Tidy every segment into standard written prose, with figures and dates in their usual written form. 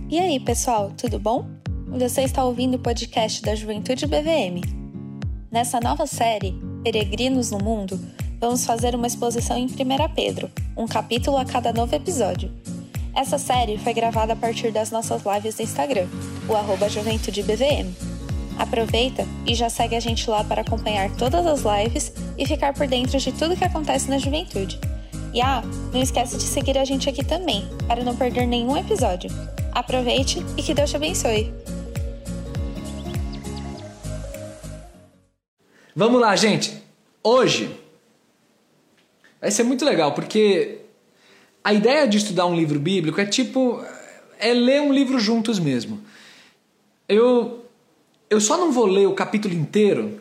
E aí, pessoal, tudo bom? Você está ouvindo o podcast da Juventude BVM. Nessa nova série, Peregrinos no Mundo, vamos fazer uma exposição em 1 Pedro, um capítulo a cada novo episódio. Essa série foi gravada a partir das nossas lives no Instagram, o @JuventudeBVM. Aproveita e já segue a gente lá para acompanhar todas as lives e ficar por dentro de tudo que acontece na juventude. E não esquece de seguir a gente aqui também, para não perder nenhum episódio. Aproveite e que Deus te abençoe. Vamos lá, gente. Hoje vai ser muito legal, porque a ideia de estudar um livro bíblico é ler um livro juntos mesmo. Eu só não vou ler o capítulo inteiro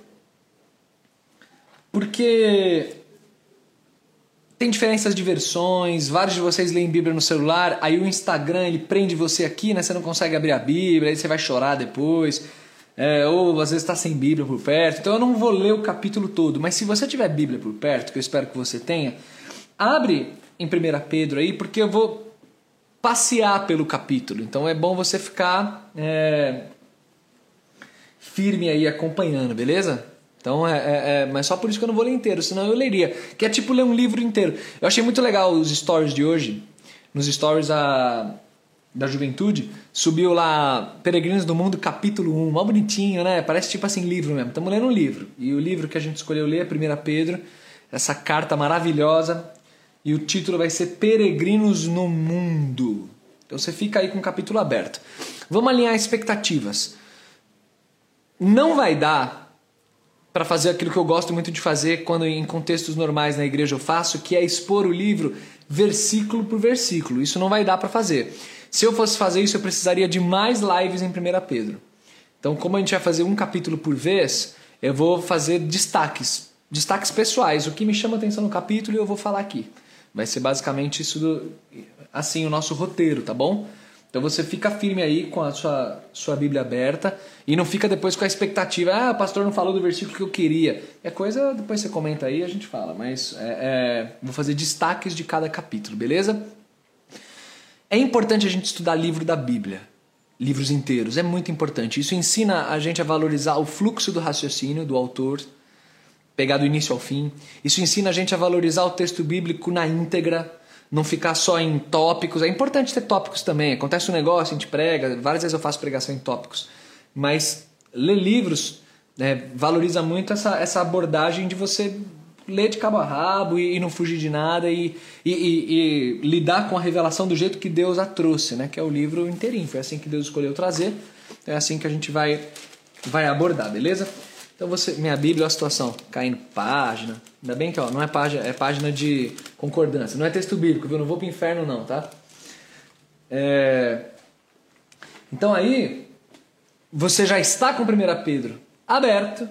porque tem diferenças de versões, vários de vocês leem Bíblia no celular, aí o Instagram ele prende você aqui, né? Você não consegue abrir a Bíblia, aí você vai chorar depois, ou às vezes está sem Bíblia por perto, então eu não vou ler o capítulo todo, mas se você tiver Bíblia por perto, que eu espero que você tenha, abre em 1 Pedro aí, porque eu vou passear pelo capítulo, então é bom você ficar firme aí acompanhando, beleza? Então mas só por isso que eu não vou ler inteiro, senão eu leria. Que é tipo ler um livro inteiro. Eu achei muito legal os stories de hoje. Nos stories da juventude, subiu lá Peregrinos do Mundo, capítulo 1. Mó bonitinho, né? Parece tipo assim, livro mesmo. Estamos lendo um livro. E o livro que a gente escolheu ler é 1 Pedro. Essa carta maravilhosa. E o título vai ser Peregrinos no Mundo. Então você fica aí com o capítulo aberto. Vamos alinhar expectativas. Não vai dar para fazer aquilo que eu gosto muito de fazer quando em contextos normais na igreja eu faço, que é expor o livro versículo por versículo. Isso não vai dar para fazer. Se eu fosse fazer isso, eu precisaria de mais lives em 1 Pedro. Então, como a gente vai fazer um capítulo por vez, eu vou fazer destaques pessoais. O que me chama atenção no capítulo eu vou falar aqui. Vai ser basicamente isso, assim, o nosso roteiro, tá bom? Então você fica firme aí com a sua Bíblia aberta e não fica depois com a expectativa, o pastor não falou do versículo que eu queria. É coisa, depois você comenta aí e a gente fala, mas vou fazer destaques de cada capítulo, beleza? É importante a gente estudar livro da Bíblia, livros inteiros, é muito importante. Isso ensina a gente a valorizar o fluxo do raciocínio do autor, pegar do início ao fim. Isso ensina a gente a valorizar o texto bíblico na íntegra, não ficar só em tópicos. É importante ter tópicos também. Acontece um negócio, a gente prega. Várias vezes eu faço pregação em tópicos. Mas ler livros valoriza muito essa abordagem de você ler de cabo a rabo e não fugir de nada e lidar com a revelação do jeito que Deus a trouxe, né? Que é o livro inteirinho. Foi assim que Deus escolheu trazer. É assim que a gente vai abordar, beleza? Então minha Bíblia, olha a situação, caindo página. Ainda bem que não é página, é página de concordância. Não é texto bíblico, viu? Não vou pro inferno não, tá? Então aí, você já está com 1 Pedro aberto.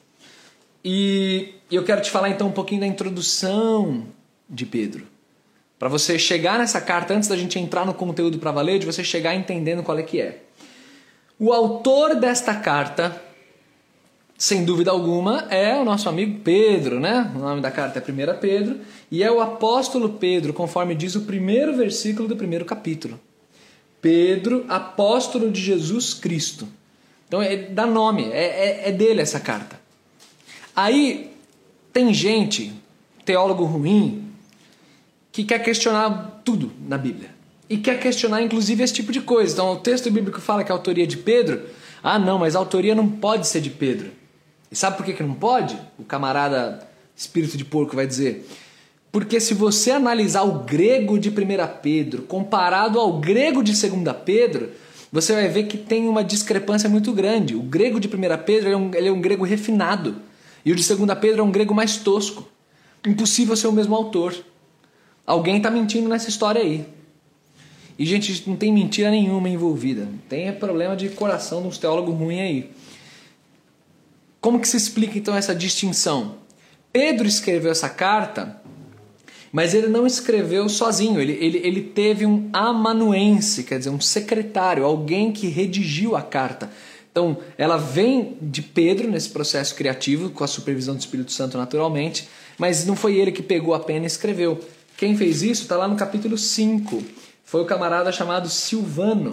E eu quero te falar então um pouquinho da introdução de Pedro. Para você chegar nessa carta, antes da gente entrar no conteúdo para valer, de você chegar entendendo qual é que é. O autor desta carta, sem dúvida alguma, é o nosso amigo Pedro, né? O nome da carta é 1 Pedro, e é o apóstolo Pedro, conforme diz o primeiro versículo do primeiro capítulo. Pedro, apóstolo de Jesus Cristo. Então, dá nome, é dele essa carta. Aí, tem gente, teólogo ruim, que quer questionar tudo na Bíblia. E quer questionar, inclusive, esse tipo de coisa. Então, o texto bíblico fala que a autoria é de Pedro. Não, mas a autoria não pode ser de Pedro. E sabe por que não pode? O camarada espírito de porco vai dizer. Porque se você analisar o grego de 1 Pedro comparado ao grego de 2 Pedro, você vai ver que tem uma discrepância muito grande. O grego de 1 Pedro ele é um grego refinado. E o de 2 Pedro é um grego mais tosco. Impossível ser o mesmo autor. Alguém está mentindo nessa história aí. E, gente, não tem mentira nenhuma envolvida. Tem problema de coração de uns teólogos ruins aí. Como que se explica então essa distinção? Pedro escreveu essa carta, mas ele não escreveu sozinho. Ele teve um amanuense, quer dizer, um secretário, alguém que redigiu a carta. Então, ela vem de Pedro nesse processo criativo, com a supervisão do Espírito Santo naturalmente, mas não foi ele que pegou a pena e escreveu. Quem fez isso está lá no capítulo 5. Foi o camarada chamado Silvano,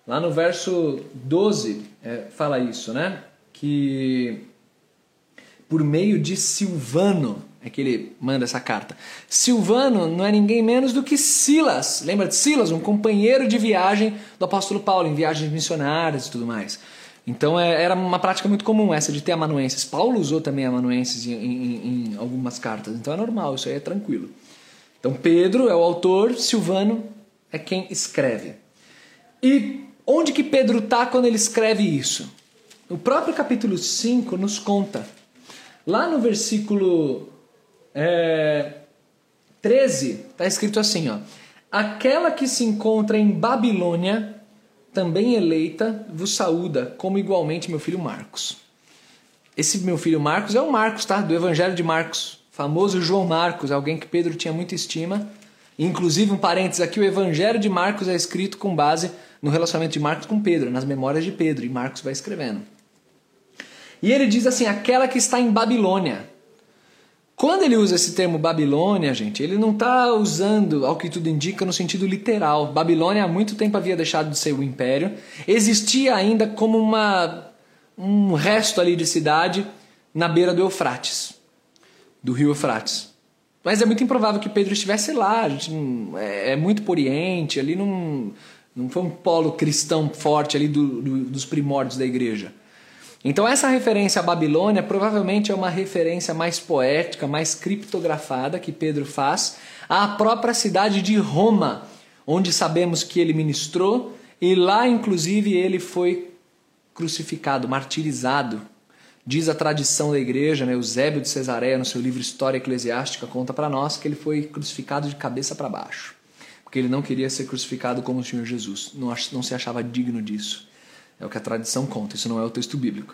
Lá no verso 12 fala isso, né? Que por meio de Silvano é que ele manda essa carta. Silvano não é ninguém menos do que Silas. Lembra de Silas? Um companheiro de viagem do apóstolo Paulo, em viagens missionárias e tudo mais. Então era uma prática muito comum essa de ter amanuenses. Paulo usou também amanuenses em algumas cartas. Então é normal, isso aí é tranquilo. Então Pedro é o autor, Silvano é quem escreve. E onde que Pedro está quando ele escreve isso? O próprio capítulo 5 nos conta. Lá no versículo 13 está escrito assim, ó: aquela que se encontra em Babilônia, também eleita, vos saúda, como igualmente meu filho Marcos. Esse meu filho Marcos é o Marcos, tá? Do Evangelho de Marcos. Famoso João Marcos, alguém que Pedro tinha muita estima. Inclusive, um parênteses aqui, o Evangelho de Marcos é escrito com base no relacionamento de Marcos com Pedro, nas memórias de Pedro, e Marcos vai escrevendo. E ele diz assim, aquela que está em Babilônia. Quando ele usa esse termo Babilônia, gente, ele não está usando, ao que tudo indica, no sentido literal. Babilônia há muito tempo havia deixado de ser o império. Existia ainda como um resto ali de cidade na beira do Eufrates, do rio Eufrates. Mas é muito improvável que Pedro estivesse lá. A gente é muito por Oriente, ali não foi um polo cristão forte ali dos primórdios da igreja. Então essa referência à Babilônia provavelmente é uma referência mais poética, mais criptografada que Pedro faz à própria cidade de Roma, onde sabemos que ele ministrou e lá inclusive ele foi crucificado, martirizado. Diz a tradição da igreja, né? Eusébio de Cesareia no seu livro História Eclesiástica conta para nós que ele foi crucificado de cabeça para baixo, porque ele não queria ser crucificado como o Senhor Jesus, não se achava digno disso. É o que a tradição conta, isso não é o texto bíblico.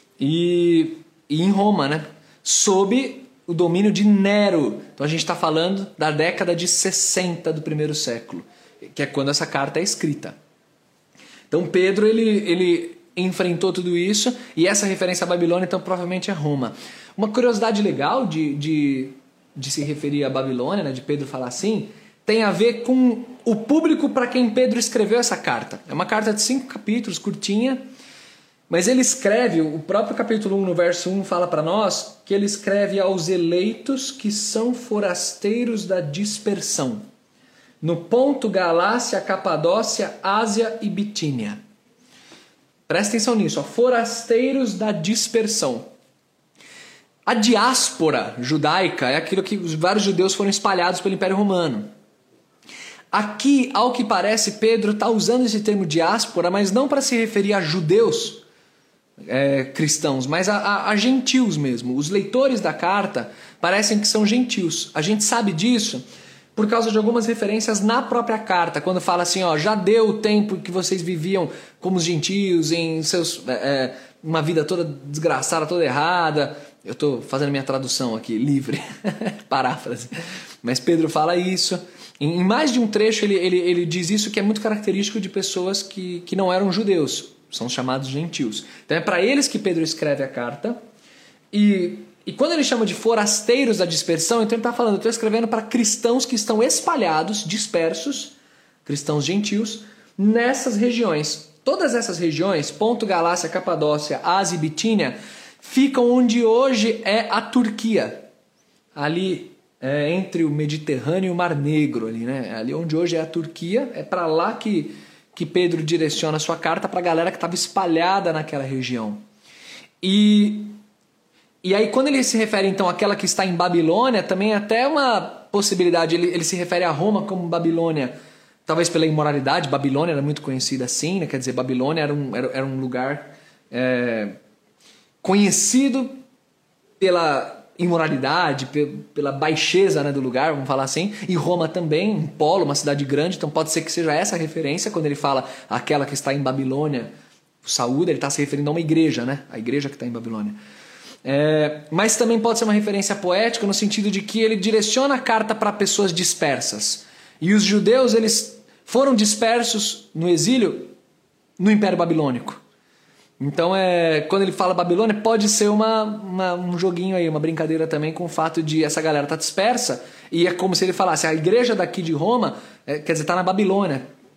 E em Roma, né? Sob o domínio de Nero. Então a gente está falando da década de 60 do primeiro século, que é quando essa carta é escrita. Então Pedro ele enfrentou tudo isso, e essa referência à Babilônia então provavelmente é Roma. Uma curiosidade legal de se referir à Babilônia, né, de Pedro falar assim, tem a ver com o público para quem Pedro escreveu essa carta. É uma carta de 5 capítulos, curtinha, mas ele escreve, o próprio capítulo 1, no verso 1, fala para nós que ele escreve aos eleitos que são forasteiros da dispersão, no Ponto, Galácia, Capadócia, Ásia e Bitínia. Presta atenção nisso, ó, forasteiros da dispersão. A diáspora judaica é aquilo que os vários judeus foram espalhados pelo Império Romano. Aqui, ao que parece, Pedro está usando esse termo diáspora, mas não para se referir a judeus cristãos, mas a gentios mesmo. Os leitores da carta parecem que são gentios. A gente sabe disso por causa de algumas referências na própria carta, quando fala assim, ó, já deu o tempo que vocês viviam como os gentios, em seus, uma vida toda desgraçada, toda errada. Eu estou fazendo minha tradução aqui, livre, paráfrase. Mas Pedro fala isso. Em mais de um trecho ele diz isso, que é muito característico de pessoas que não eram judeus, são chamados gentios. Então é para eles que Pedro escreve a carta. E quando ele chama de forasteiros da dispersão, então ele está falando, eu estou escrevendo para cristãos que estão espalhados, dispersos, cristãos gentios, nessas regiões. Todas essas regiões, Ponto, Galácia, Capadócia, Ásia e Bitínia, ficam onde hoje é a Turquia, ali entre o Mediterrâneo e o Mar Negro, ali onde hoje é a Turquia, é para lá que Pedro direciona a sua carta para a galera que estava espalhada naquela região. E aí quando ele se refere então àquela que está em Babilônia, também é até uma possibilidade, ele se refere a Roma como Babilônia, talvez pela imoralidade. Babilônia era muito conhecida assim, né? Quer dizer, Babilônia era um lugar conhecido pela imoralidade, pela baixeza, né, do lugar, vamos falar assim, e Roma também, um polo, uma cidade grande, então pode ser que seja essa a referência, quando ele fala aquela que está em Babilônia, saúde, ele está se referindo a uma igreja, né, a igreja que está em Babilônia. Mas também pode ser uma referência poética no sentido de que ele direciona a carta para pessoas dispersas, e os judeus eles foram dispersos no exílio no Império Babilônico. Então, quando ele fala Babilônia, pode ser um joguinho aí, uma brincadeira também com o fato de essa galera estar dispersa, e é como se ele falasse, a igreja daqui de Roma, quer dizer, está na Babilônia,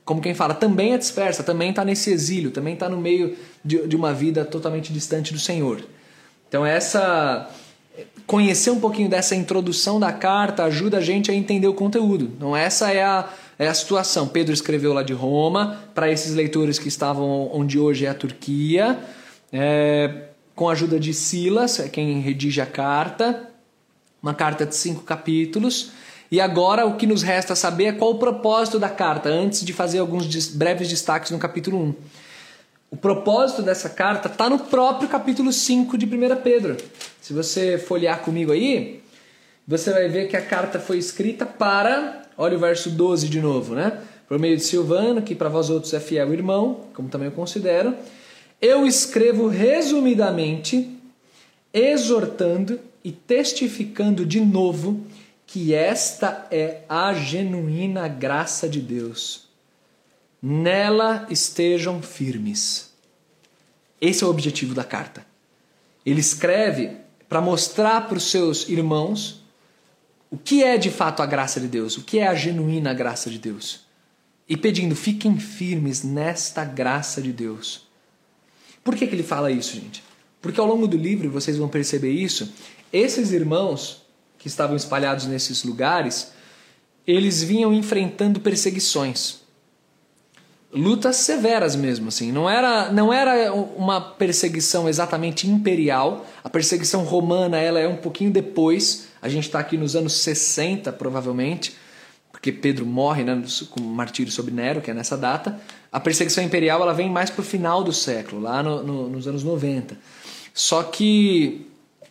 como quem fala, também é dispersa, também está nesse exílio, também está no meio de uma vida totalmente distante do Senhor. Então conhecer um pouquinho dessa introdução da carta ajuda a gente a entender o conteúdo. Então essa é a situação. Pedro escreveu lá de Roma, para esses leitores que estavam onde hoje é a Turquia, com a ajuda de Silas, quem redige a carta, uma carta de 5 capítulos. E agora o que nos resta saber é qual o propósito da carta, antes de fazer alguns breves destaques no capítulo 1. O propósito dessa carta está no próprio capítulo 5 de 1 Pedro. Se você folhear comigo aí, você vai ver que a carta foi escrita para, olha o verso 12 de novo, né? Por meio de Silvano, que para vós outros é fiel irmão, como também eu considero, eu escrevo resumidamente, exortando e testificando de novo que esta é a genuína graça de Deus. Nela estejam firmes. Esse é o objetivo da carta. Ele escreve para mostrar para os seus irmãos o que é de fato a graça de Deus, o que é a genuína graça de Deus. E pedindo, fiquem firmes nesta graça de Deus. Por que ele fala isso, gente? Porque ao longo do livro, vocês vão perceber isso, esses irmãos que estavam espalhados nesses lugares, eles vinham enfrentando perseguições. Lutas severas mesmo, assim. Não era uma perseguição exatamente imperial. A perseguição romana ela é um pouquinho depois. A gente está aqui nos anos 60, provavelmente, porque Pedro morre, né, com martírio sobre Nero, que é nessa data. A perseguição imperial ela vem mais para o final do século, lá nos anos 90. Só que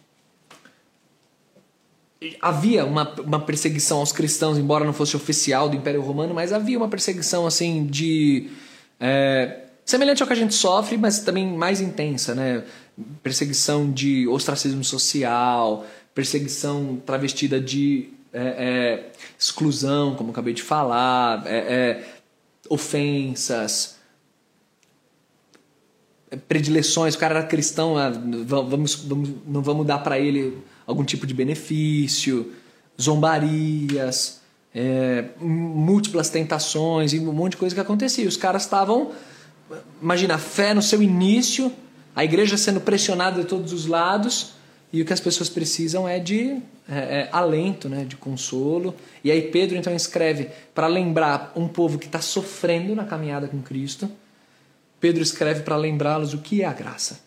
havia uma perseguição aos cristãos, embora não fosse oficial do Império Romano, mas havia uma perseguição assim semelhante ao que a gente sofre, mas também mais intensa, né? Perseguição de ostracismo social, perseguição travestida de exclusão, como eu acabei de falar, ofensas, predileções. O cara era cristão, não vamos dar para ele algum tipo de benefício, zombarias, múltiplas tentações e um monte de coisa que acontecia. Os caras estavam, imagina, a fé no seu início, a igreja sendo pressionada de todos os lados, e o que as pessoas precisam é de alento, né, de consolo. E aí Pedro então escreve para lembrar um povo que está sofrendo na caminhada com Cristo. Pedro escreve para lembrá-los o que é a graça.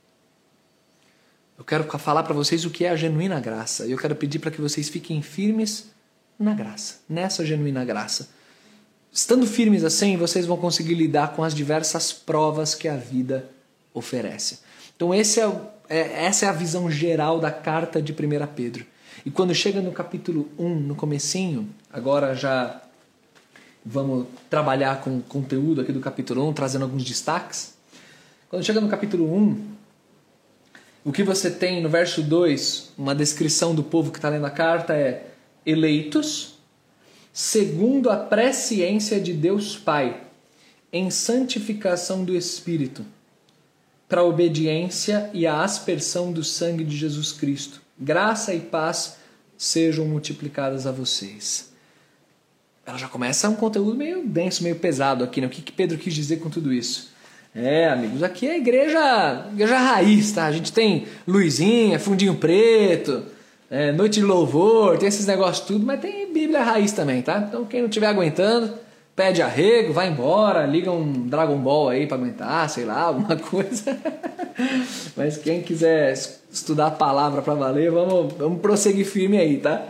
Eu quero falar para vocês o que é a genuína graça. E eu quero pedir para que vocês fiquem firmes na graça, nessa genuína graça. Estando firmes assim, vocês vão conseguir lidar com as diversas provas que a vida oferece. Então essa é a visão geral da carta de 1 Pedro. E quando chega no capítulo 1, no comecinho, agora já vamos trabalhar com o conteúdo aqui do capítulo 1, trazendo alguns destaques. Quando chega no capítulo 1, o que você tem no verso 2, uma descrição do povo que está lendo a carta é eleitos, segundo a presciência de Deus Pai, em santificação do Espírito, para a obediência e a aspersão do sangue de Jesus Cristo. Graça e paz sejam multiplicadas a vocês. Ela já começa um conteúdo meio denso, meio pesado aqui, né? O que Pedro quis dizer com tudo isso? Amigos, aqui é a igreja raiz, tá? A gente tem luzinha, fundinho preto, noite de louvor, tem esses negócios tudo, mas tem Bíblia raiz também, tá? Então quem não estiver aguentando, pede arrego, vai embora, liga um Dragon Ball aí para aguentar, sei lá, alguma coisa. Mas quem quiser estudar a palavra para valer, vamos prosseguir firme aí, tá?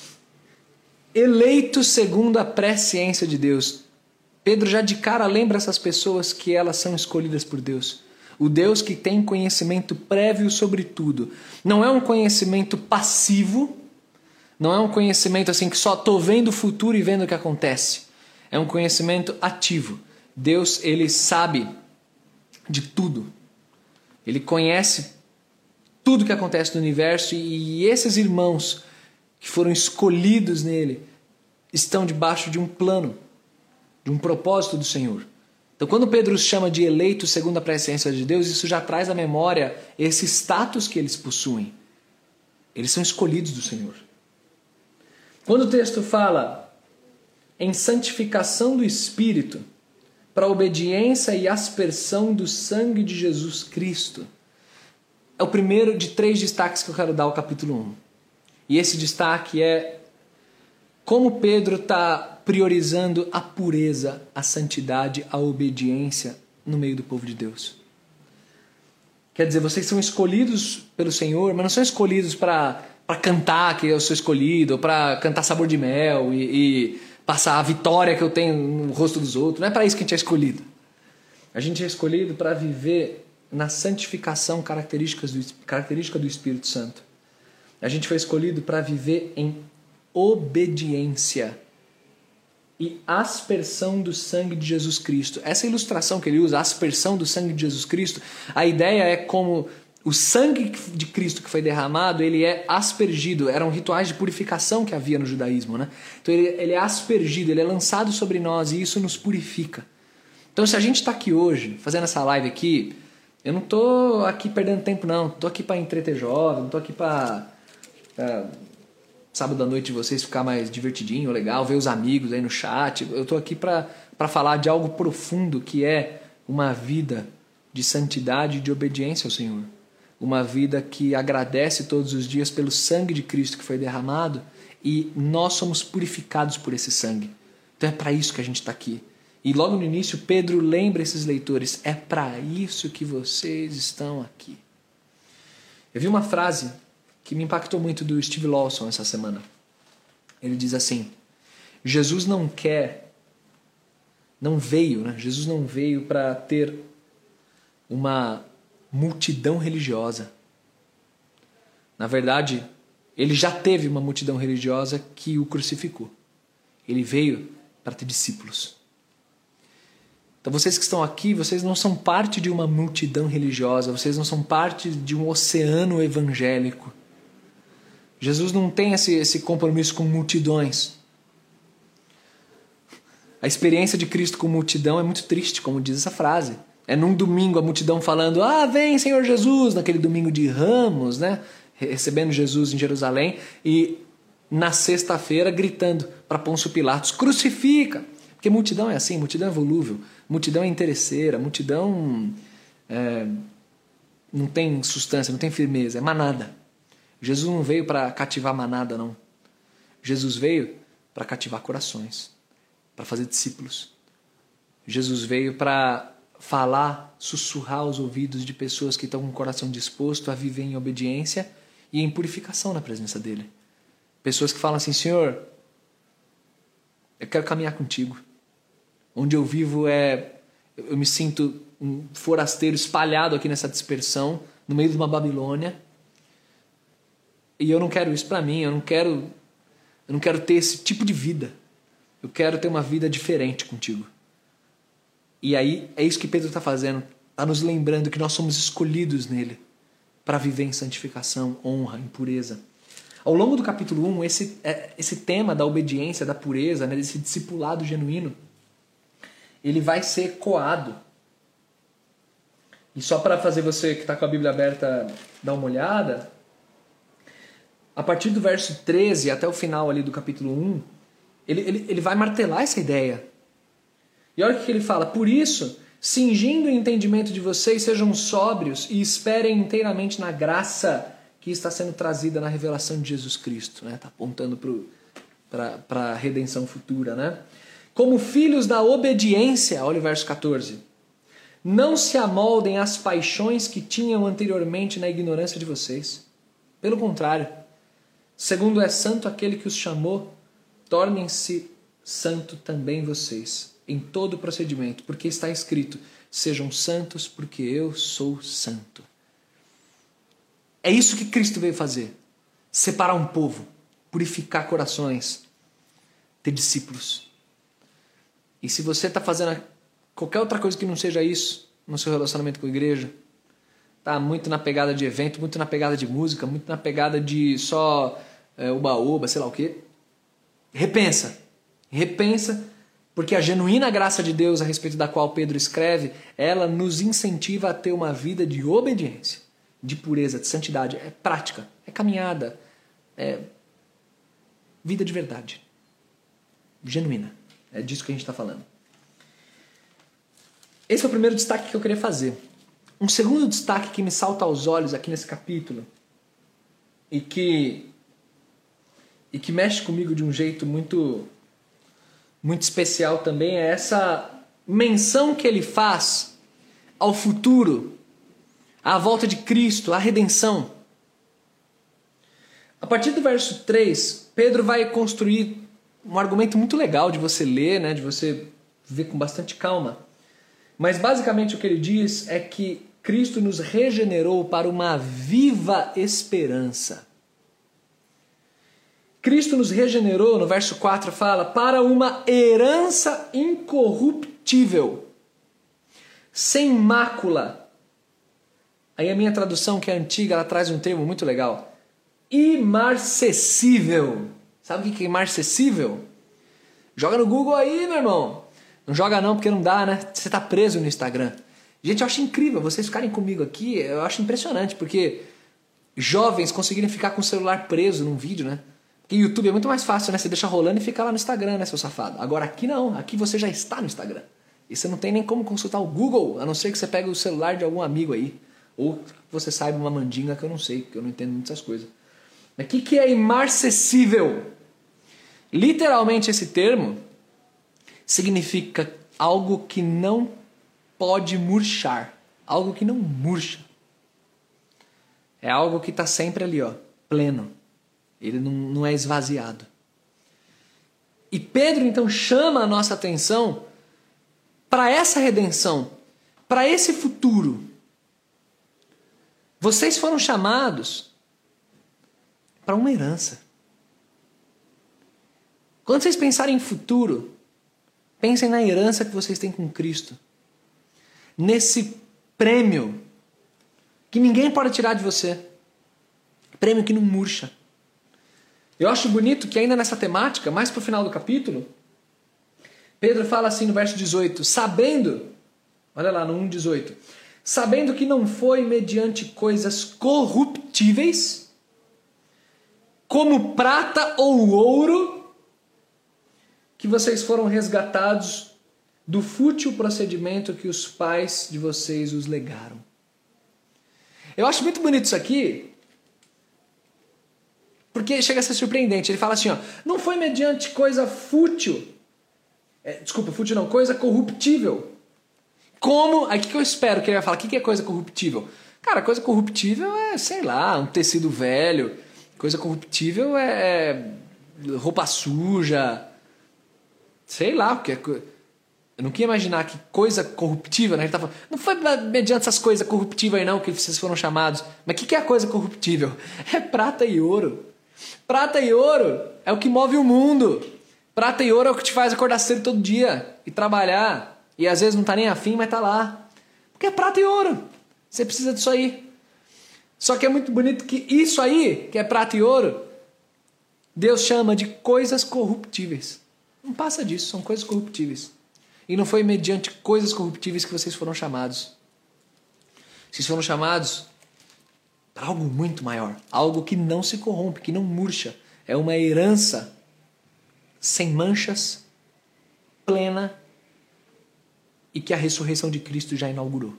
Eleito segundo a presciência de Deus. Pedro já de cara lembra essas pessoas que elas são escolhidas por Deus. O Deus que tem conhecimento prévio sobre tudo. Não é um conhecimento passivo, não é um conhecimento assim que só estou vendo o futuro e vendo o que acontece. É um conhecimento ativo. Deus, ele sabe de tudo. Ele conhece tudo que acontece no universo e esses irmãos que foram escolhidos nele estão debaixo de um plano, de um propósito do Senhor. Então quando Pedro os chama de eleitos segundo a presciência de Deus, isso já traz à memória esse status que eles possuem. Eles são escolhidos do Senhor. Quando o texto fala em santificação do Espírito, para a obediência e aspersão do sangue de Jesus Cristo. É o primeiro de 3 destaques que eu quero dar ao capítulo 1. E esse destaque é como Pedro está priorizando a pureza, a santidade, a obediência no meio do povo de Deus. Quer dizer, vocês são escolhidos pelo Senhor, mas não são escolhidos para cantar que eu sou escolhido, ou para cantar sabor de mel e passar a vitória que eu tenho no rosto dos outros. Não é para isso que a gente é escolhido. A gente é escolhido para viver na santificação característica do Espírito Santo. A gente foi escolhido para viver em obediência e aspersão do sangue de Jesus Cristo. Essa ilustração que ele usa, a aspersão do sangue de Jesus Cristo, a ideia é como o sangue de Cristo que foi derramado, ele é aspergido. Eram rituais de purificação que havia no judaísmo, né? Então ele é aspergido, ele é lançado sobre nós e isso nos purifica. Então se a gente está aqui hoje, fazendo essa live aqui, eu não estou aqui perdendo tempo não, estou aqui para entreter jovem, não estou aqui para sábado à noite vocês ficar mais divertidinho, legal, ver os amigos aí no chat. Eu estou aqui para falar de algo profundo que é uma vida de santidade e de obediência ao Senhor. Uma vida que agradece todos os dias pelo sangue de Cristo que foi derramado e nós somos purificados por esse sangue. Então é para isso que a gente está aqui. E logo no início Pedro lembra esses leitores, é para isso que vocês estão aqui. Eu vi uma frase que me impactou muito do Steve Lawson essa semana. Ele diz assim: Jesus não veio para ter uma multidão religiosa. Na verdade, ele já teve uma multidão religiosa que o crucificou. Ele veio para ter discípulos. Então vocês que estão aqui, vocês não são parte de uma multidão religiosa, vocês não são parte de um oceano evangélico. Jesus não tem esse compromisso com multidões. A experiência de Cristo com multidão é muito triste, como diz essa frase. É num domingo a multidão falando, vem Senhor Jesus, naquele domingo de Ramos, né? Recebendo Jesus em Jerusalém, e na sexta-feira gritando para Pôncio Pilatos, crucifica! Porque multidão é assim, multidão é volúvel, multidão é interesseira, multidão não tem substância, não tem firmeza, é manada. Jesus não veio para cativar manada, não. Jesus veio para cativar corações, para fazer discípulos. Jesus veio para falar, sussurrar aos ouvidos de pessoas que estão com o coração disposto a viver em obediência e em purificação na presença dele. Pessoas que falam assim, Senhor, eu quero caminhar contigo. Onde eu vivo eu me sinto um forasteiro espalhado aqui nessa dispersão, no meio de uma Babilônia. E eu não quero isso para mim, eu não quero ter esse tipo de vida. Eu quero ter uma vida diferente contigo. E aí é isso que Pedro está fazendo, está nos lembrando que nós somos escolhidos nele para viver em santificação, honra, em pureza. Ao longo do capítulo 1, esse tema da obediência, da pureza, né, desse discipulado genuíno, ele vai ser coado. E só para fazer você que está com a Bíblia aberta dar uma olhada, a partir do verso 13 até o final ali do capítulo 1, ele vai martelar essa ideia. E olha o que ele fala: por isso, cingindo o entendimento de vocês, sejam sóbrios e esperem inteiramente na graça que está sendo trazida na revelação de Jesus Cristo. Está apontando para a redenção futura. Né? Como filhos da obediência, olha o verso 14. Não se amoldem às paixões que tinham anteriormente na ignorância de vocês. Pelo contrário, segundo é santo aquele que os chamou, tornem-se santo também vocês, em todo o procedimento, porque está escrito, sejam santos porque eu sou santo. É isso que Cristo veio fazer, separar um povo, purificar corações, ter discípulos. E se você está fazendo qualquer outra coisa que não seja isso no seu relacionamento com a igreja, está muito na pegada de evento, muito na pegada de música, muito na pegada de só uba-uba, sei lá o quê, repensa, porque a genuína graça de Deus a respeito da qual Pedro escreve, ela nos incentiva a ter uma vida de obediência, de pureza, de santidade. É prática, é caminhada, é vida de verdade, genuína. É disso que a gente está falando. Esse é o primeiro destaque que eu queria fazer. Um segundo destaque que me salta aos olhos aqui nesse capítulo e que mexe comigo de um jeito muito especial também é essa menção que ele faz ao futuro, à volta de Cristo, à redenção. A partir do verso 3, Pedro vai construir um argumento muito legal de você ler, né, de você ver com bastante calma. Mas basicamente o que ele diz é que Cristo nos regenerou para uma viva esperança. Cristo nos regenerou, no verso 4 fala, para uma herança incorruptível, sem mácula. Aí a minha tradução, que é antiga, ela traz um termo muito legal. Imarcessível. Sabe o que é imarcessível? Joga no Google aí, meu irmão. Não joga não, porque não dá, né? Você tá preso no Instagram. Gente, eu acho incrível vocês ficarem comigo aqui. Eu acho impressionante, porque jovens conseguirem ficar com o celular preso num vídeo, né? Porque YouTube é muito mais fácil, né? Você deixa rolando e fica lá no Instagram, né, seu safado? Agora aqui não. Aqui você já está no Instagram. E você não tem nem como consultar o Google, a não ser que você pegue o celular de algum amigo aí. Ou que você saiba uma mandinga que eu não sei, porque eu não entendo muitas coisas. Mas o que é imarcessível? Literalmente esse termo significa algo que não pode murchar. Algo que não murcha. É algo que está sempre ali, ó, pleno. Ele não é esvaziado. E Pedro então chama a nossa atenção para essa redenção, para esse futuro. Vocês foram chamados para uma herança. Quando vocês pensarem em futuro, pensem na herança que vocês têm com Cristo. Nesse prêmio que ninguém pode tirar de você. Prêmio que não murcha. Eu acho bonito que ainda nessa temática, mais para o final do capítulo, Pedro fala assim no verso 18, sabendo, olha lá no 1,18, sabendo que não foi mediante coisas corruptíveis, como prata ou ouro, que vocês foram resgatados do fútil procedimento que os pais de vocês os legaram. Eu acho muito bonito isso aqui, porque chega a ser surpreendente. Ele fala assim, ó, não foi mediante coisa fútil, fútil não, coisa corruptível. Como, aí o que eu espero que ele vai falar? O que é coisa corruptível? Cara, coisa corruptível é, sei lá, um tecido velho. Coisa corruptível é roupa suja. Sei lá, porque eu não queria imaginar que coisa corruptível, né? Ele tá falando, não foi mediante essas coisas corruptíveis aí não que vocês foram chamados. Mas o que é a coisa corruptível? É prata e ouro. Prata e ouro é o que move o mundo. Prata e ouro é o que te faz acordar cedo todo dia e trabalhar. E às vezes não tá nem afim, mas tá lá. Porque é prata e ouro. Você precisa disso aí. Só que é muito bonito que isso aí, que é prata e ouro, Deus chama de coisas corruptíveis. Não passa disso, são coisas corruptíveis. E não foi mediante coisas corruptíveis que vocês foram chamados. Vocês foram chamados para algo muito maior. Algo que não se corrompe, que não murcha. É uma herança sem manchas, plena, e que a ressurreição de Cristo já inaugurou.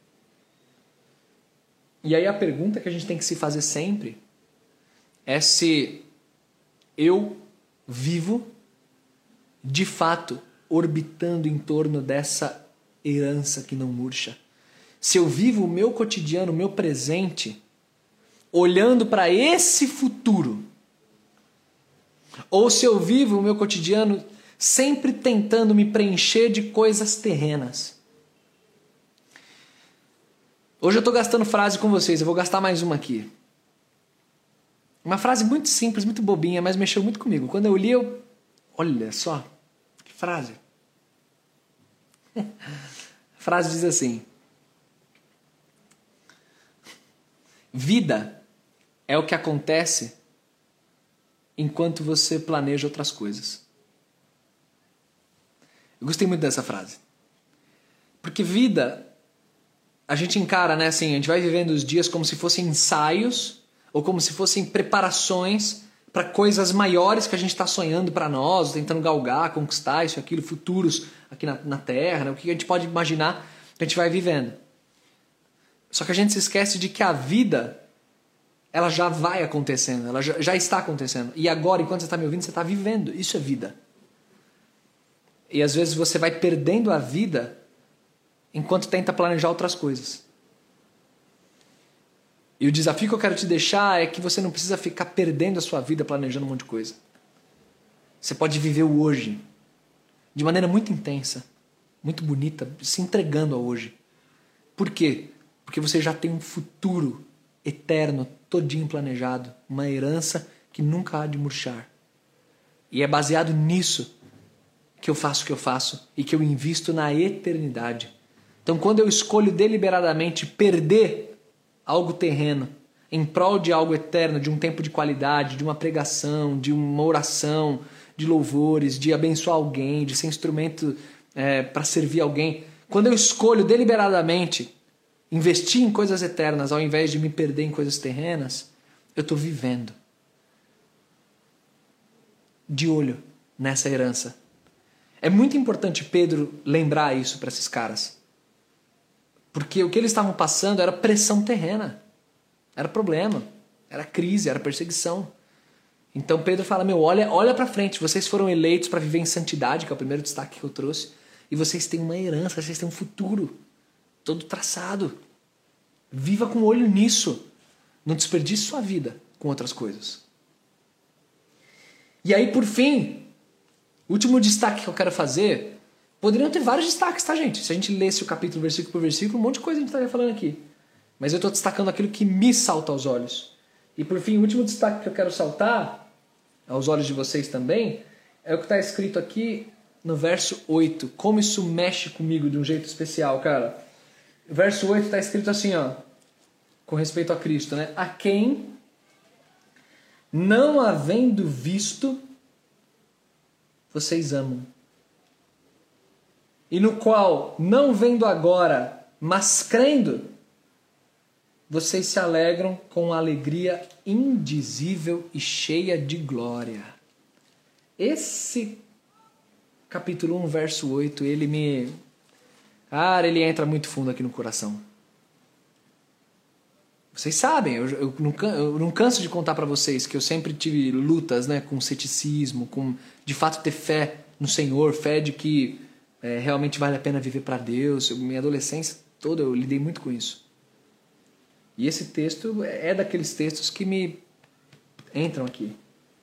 E aí a pergunta que a gente tem que se fazer sempre é se eu vivo, de fato, orbitando em torno dessa herança que não murcha. Se eu vivo o meu cotidiano, o meu presente, olhando para esse futuro. Ou se eu vivo o meu cotidiano sempre tentando me preencher de coisas terrenas. Hoje eu estou gastando frase com vocês, eu vou gastar mais uma aqui. Uma frase muito simples, muito bobinha, mas mexeu muito comigo. Quando eu li, olha só, que frase. A frase diz assim: vida é o que acontece enquanto você planeja outras coisas. Eu gostei muito dessa frase. Porque vida, a gente encara, né, assim, a gente vai vivendo os dias como se fossem ensaios ou como se fossem preparações para coisas maiores que a gente está sonhando para nós, tentando galgar, conquistar isso, aquilo, futuros aqui na Terra, né, o que a gente pode imaginar. A gente vai vivendo. Só que a gente se esquece de que a vida, ela já vai acontecendo, ela já está acontecendo. E agora, enquanto você está me ouvindo, você está vivendo. Isso é vida. E às vezes você vai perdendo a vida enquanto tenta planejar outras coisas. E o desafio que eu quero te deixar é que você não precisa ficar perdendo a sua vida planejando um monte de coisa. Você pode viver o hoje de maneira muito intensa, muito bonita, se entregando ao hoje. Por quê? Porque você já tem um futuro eterno, todinho planejado, uma herança que nunca há de murchar. E é baseado nisso que eu faço o que eu faço e que eu invisto na eternidade. Então, quando eu escolho deliberadamente perder algo terreno em prol de algo eterno, de um tempo de qualidade, de uma pregação, de uma oração, de louvores, de abençoar alguém, de ser instrumento para servir alguém, quando eu escolho deliberadamente investir em coisas eternas ao invés de me perder em coisas terrenas, eu estou vivendo de olho nessa herança. É muito importante Pedro lembrar isso para esses caras. Porque o que eles estavam passando era pressão terrena. Era problema. Era crise, era perseguição. Então Pedro fala, olha para frente. Vocês foram eleitos para viver em santidade, que é o primeiro destaque que eu trouxe. E vocês têm uma herança, vocês têm um futuro. Todo traçado. Viva com o olho nisso. Não desperdice sua vida com outras coisas. E aí, por fim, o último destaque que eu quero fazer... Poderiam ter vários destaques, tá, gente? Se a gente lesse o capítulo versículo por versículo, um monte de coisa a gente estaria falando aqui. Mas eu estou destacando aquilo que me salta aos olhos. E por fim, o último destaque que eu quero saltar, aos olhos de vocês também, é o que está escrito aqui no verso 8. Como isso mexe comigo de um jeito especial, cara. O verso 8 está escrito assim, ó, com respeito a Cristo, né? A quem, não havendo visto, vocês amam. E no qual, não vendo agora, mas crendo, vocês se alegram com alegria indizível e cheia de glória. Esse capítulo 1, verso 8, ele entra muito fundo aqui no coração. Vocês sabem, eu não canso de contar para vocês que eu sempre tive lutas, né, com ceticismo, com de fato ter fé no Senhor, fé de que realmente vale a pena viver para Deus. Minha adolescência toda eu lidei muito com isso. E esse texto é daqueles textos que me entram aqui.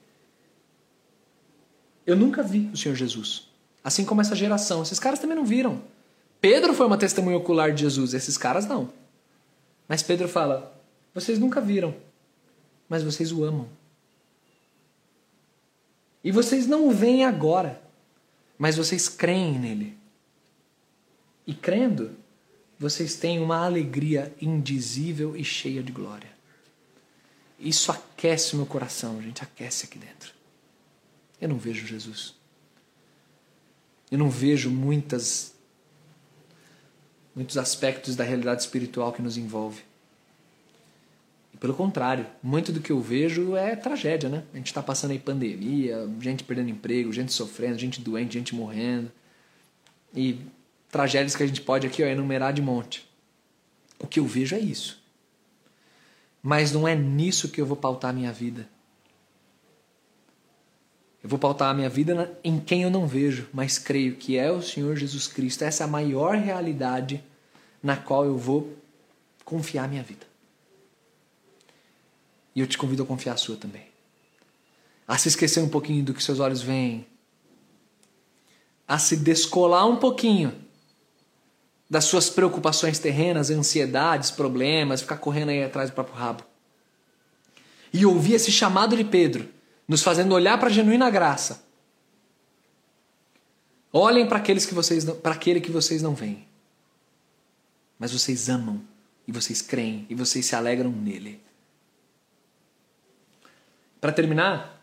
Eu nunca vi o Senhor Jesus. Assim como essa geração. Esses caras também não viram. Pedro foi uma testemunha ocular de Jesus. Esses caras não. Mas Pedro fala, vocês nunca viram, mas vocês o amam. E vocês não o veem agora, mas vocês creem nele. E crendo, vocês têm uma alegria indizível e cheia de glória. Isso aquece o meu coração, gente, aquece aqui dentro. Eu não vejo Jesus. Eu não vejo muitos aspectos da realidade espiritual que nos envolve. E pelo contrário, muito do que eu vejo é tragédia, né? A gente está passando aí pandemia, gente perdendo emprego, gente sofrendo, gente doente, gente morrendo. E tragédias que a gente pode aqui enumerar de monte. O que eu vejo é isso. Mas não é nisso que eu vou pautar a minha vida. Eu vou pautar a minha vida em quem eu não vejo, mas creio que é o Senhor Jesus Cristo. Essa é a maior realidade na qual eu vou confiar a minha vida. E eu te convido a confiar a sua também. A se esquecer um pouquinho do que seus olhos veem. A se descolar um pouquinho das suas preocupações terrenas, ansiedades, problemas, ficar correndo aí atrás do próprio rabo. E ouvir esse chamado de Pedro, nos fazendo olhar para a genuína graça. Olhem para aquele que vocês não veem. Mas vocês amam, e vocês creem, e vocês se alegram nele. Para terminar,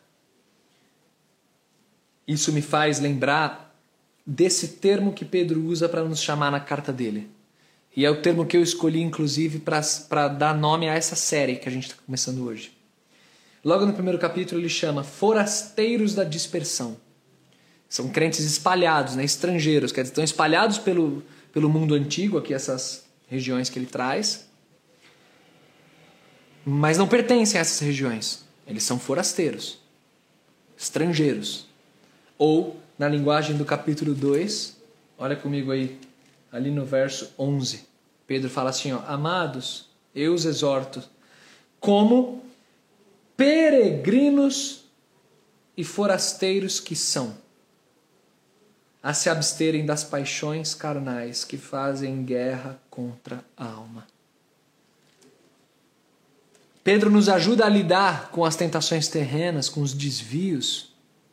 isso me faz lembrar desse termo que Pedro usa para nos chamar na carta dele. E é o termo que eu escolhi, inclusive, para dar nome a essa série que a gente está começando hoje. Logo no primeiro capítulo ele chama forasteiros da dispersão. São crentes espalhados, né? Estrangeiros, quer dizer, estão espalhados pelo mundo antigo, aqui essas regiões que ele traz, mas não pertencem a essas regiões. Eles são forasteiros, estrangeiros. Ou, na linguagem do capítulo 2, olha comigo aí, ali no verso 11, Pedro fala assim, ó, amados, eu os exorto, como peregrinos e forasteiros que são, a se absterem das paixões carnais que fazem guerra contra a alma. Pedro nos ajuda a lidar com as tentações terrenas, com os desvios,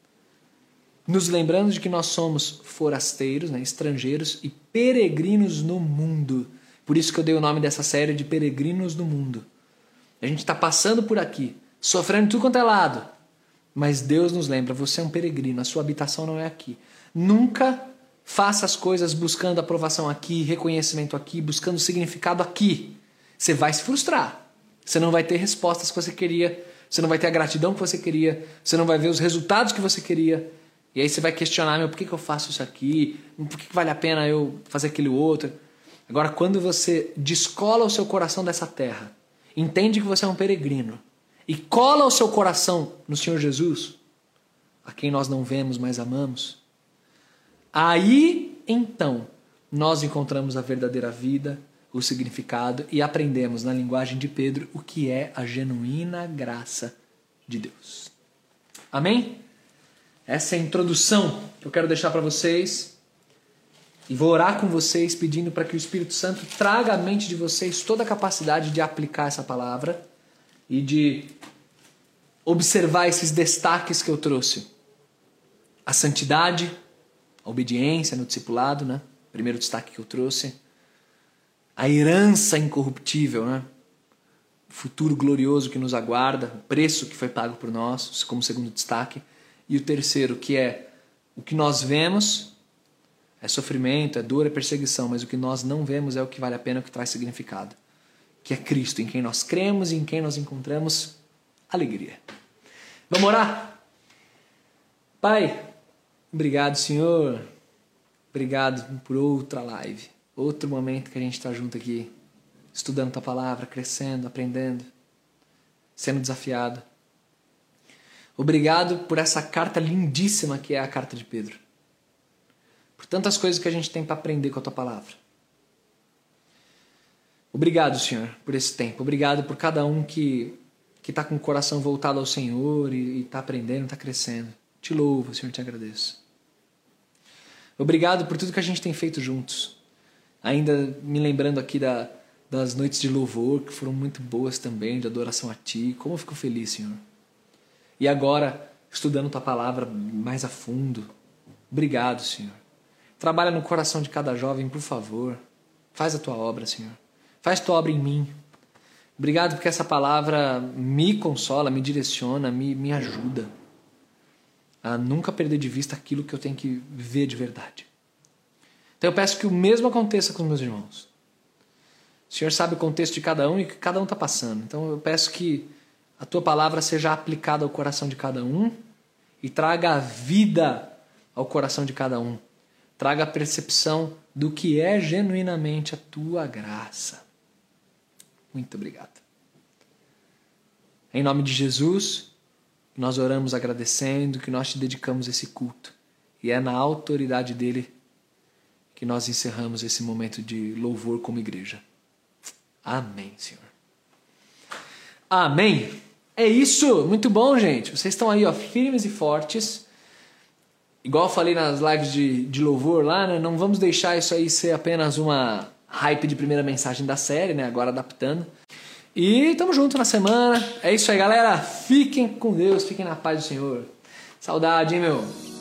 nos lembrando de que nós somos forasteiros, né, estrangeiros e peregrinos no mundo. Por isso que eu dei o nome dessa série de Peregrinos no Mundo. A gente está passando por aqui, sofrendo de tudo quanto é lado, mas Deus nos lembra, você é um peregrino, a sua habitação não é aqui. Nunca faça as coisas buscando aprovação aqui, reconhecimento aqui, buscando significado aqui. Você vai se frustrar. Você não vai ter respostas que você queria, você não vai ter a gratidão que você queria, você não vai ver os resultados que você queria. E aí você vai questionar, por que eu faço isso aqui? Por que vale a pena eu fazer aquele outro? Agora, quando você descola o seu coração dessa terra, entende que você é um peregrino e cola o seu coração no Senhor Jesus, a quem nós não vemos, mas amamos, aí, então, nós encontramos a verdadeira vida, o significado e aprendemos, na linguagem de Pedro, o que é a genuína graça de Deus. Amém? Essa é a introdução que eu quero deixar para vocês e vou orar com vocês pedindo para que o Espírito Santo traga à mente de vocês toda a capacidade de aplicar essa palavra e de observar esses destaques que eu trouxe. A santidade, a obediência no discipulado, né? Primeiro destaque que eu trouxe. A herança incorruptível, né? O futuro glorioso que nos aguarda, o preço que foi pago por nós, como segundo destaque. E o terceiro, que é o que nós vemos, é sofrimento, é dor, é perseguição, mas o que nós não vemos é o que vale a pena, o que traz significado. Que é Cristo, em quem nós cremos e em quem nós encontramos alegria. Vamos orar? Pai, obrigado, Senhor. Obrigado por outra live. Outro momento que a gente está junto aqui, estudando Tua Palavra, crescendo, aprendendo, sendo desafiado. Obrigado por essa carta lindíssima que é a carta de Pedro. Por tantas coisas que a gente tem para aprender com a Tua Palavra. Obrigado, Senhor, por esse tempo. Obrigado por cada um que está com o coração voltado ao Senhor e está aprendendo, está crescendo. Te louvo, Senhor, te agradeço. Obrigado por tudo que a gente tem feito juntos. Ainda me lembrando aqui das noites de louvor, que foram muito boas também, de adoração a Ti. Como eu fico feliz, Senhor. E agora, estudando Tua Palavra mais a fundo. Obrigado, Senhor. Trabalha no coração de cada jovem, por favor. Faz a Tua obra, Senhor. Faz Tua obra em mim. Obrigado porque essa palavra me consola, me direciona, me ajuda a nunca perder de vista aquilo que eu tenho que ver de verdade. Então eu peço que o mesmo aconteça com os meus irmãos. O Senhor sabe o contexto de cada um e o que cada um está passando. Então eu peço que a Tua Palavra seja aplicada ao coração de cada um e traga a vida ao coração de cada um. Traga a percepção do que é genuinamente a Tua graça. Muito obrigado. Em nome de Jesus, nós oramos agradecendo que nós Te dedicamos esse culto. E é na autoridade dEle que nós encerramos esse momento de louvor como igreja. Amém, Senhor. Amém. É isso. Muito bom, gente. Vocês estão aí, ó, firmes e fortes. Igual eu falei nas lives de louvor lá, né? Não vamos deixar isso aí ser apenas uma hype de primeira mensagem da série, né? Agora adaptando. E tamo junto na semana. É isso aí, galera. Fiquem com Deus. Fiquem na paz do Senhor. Saudade, hein, meu?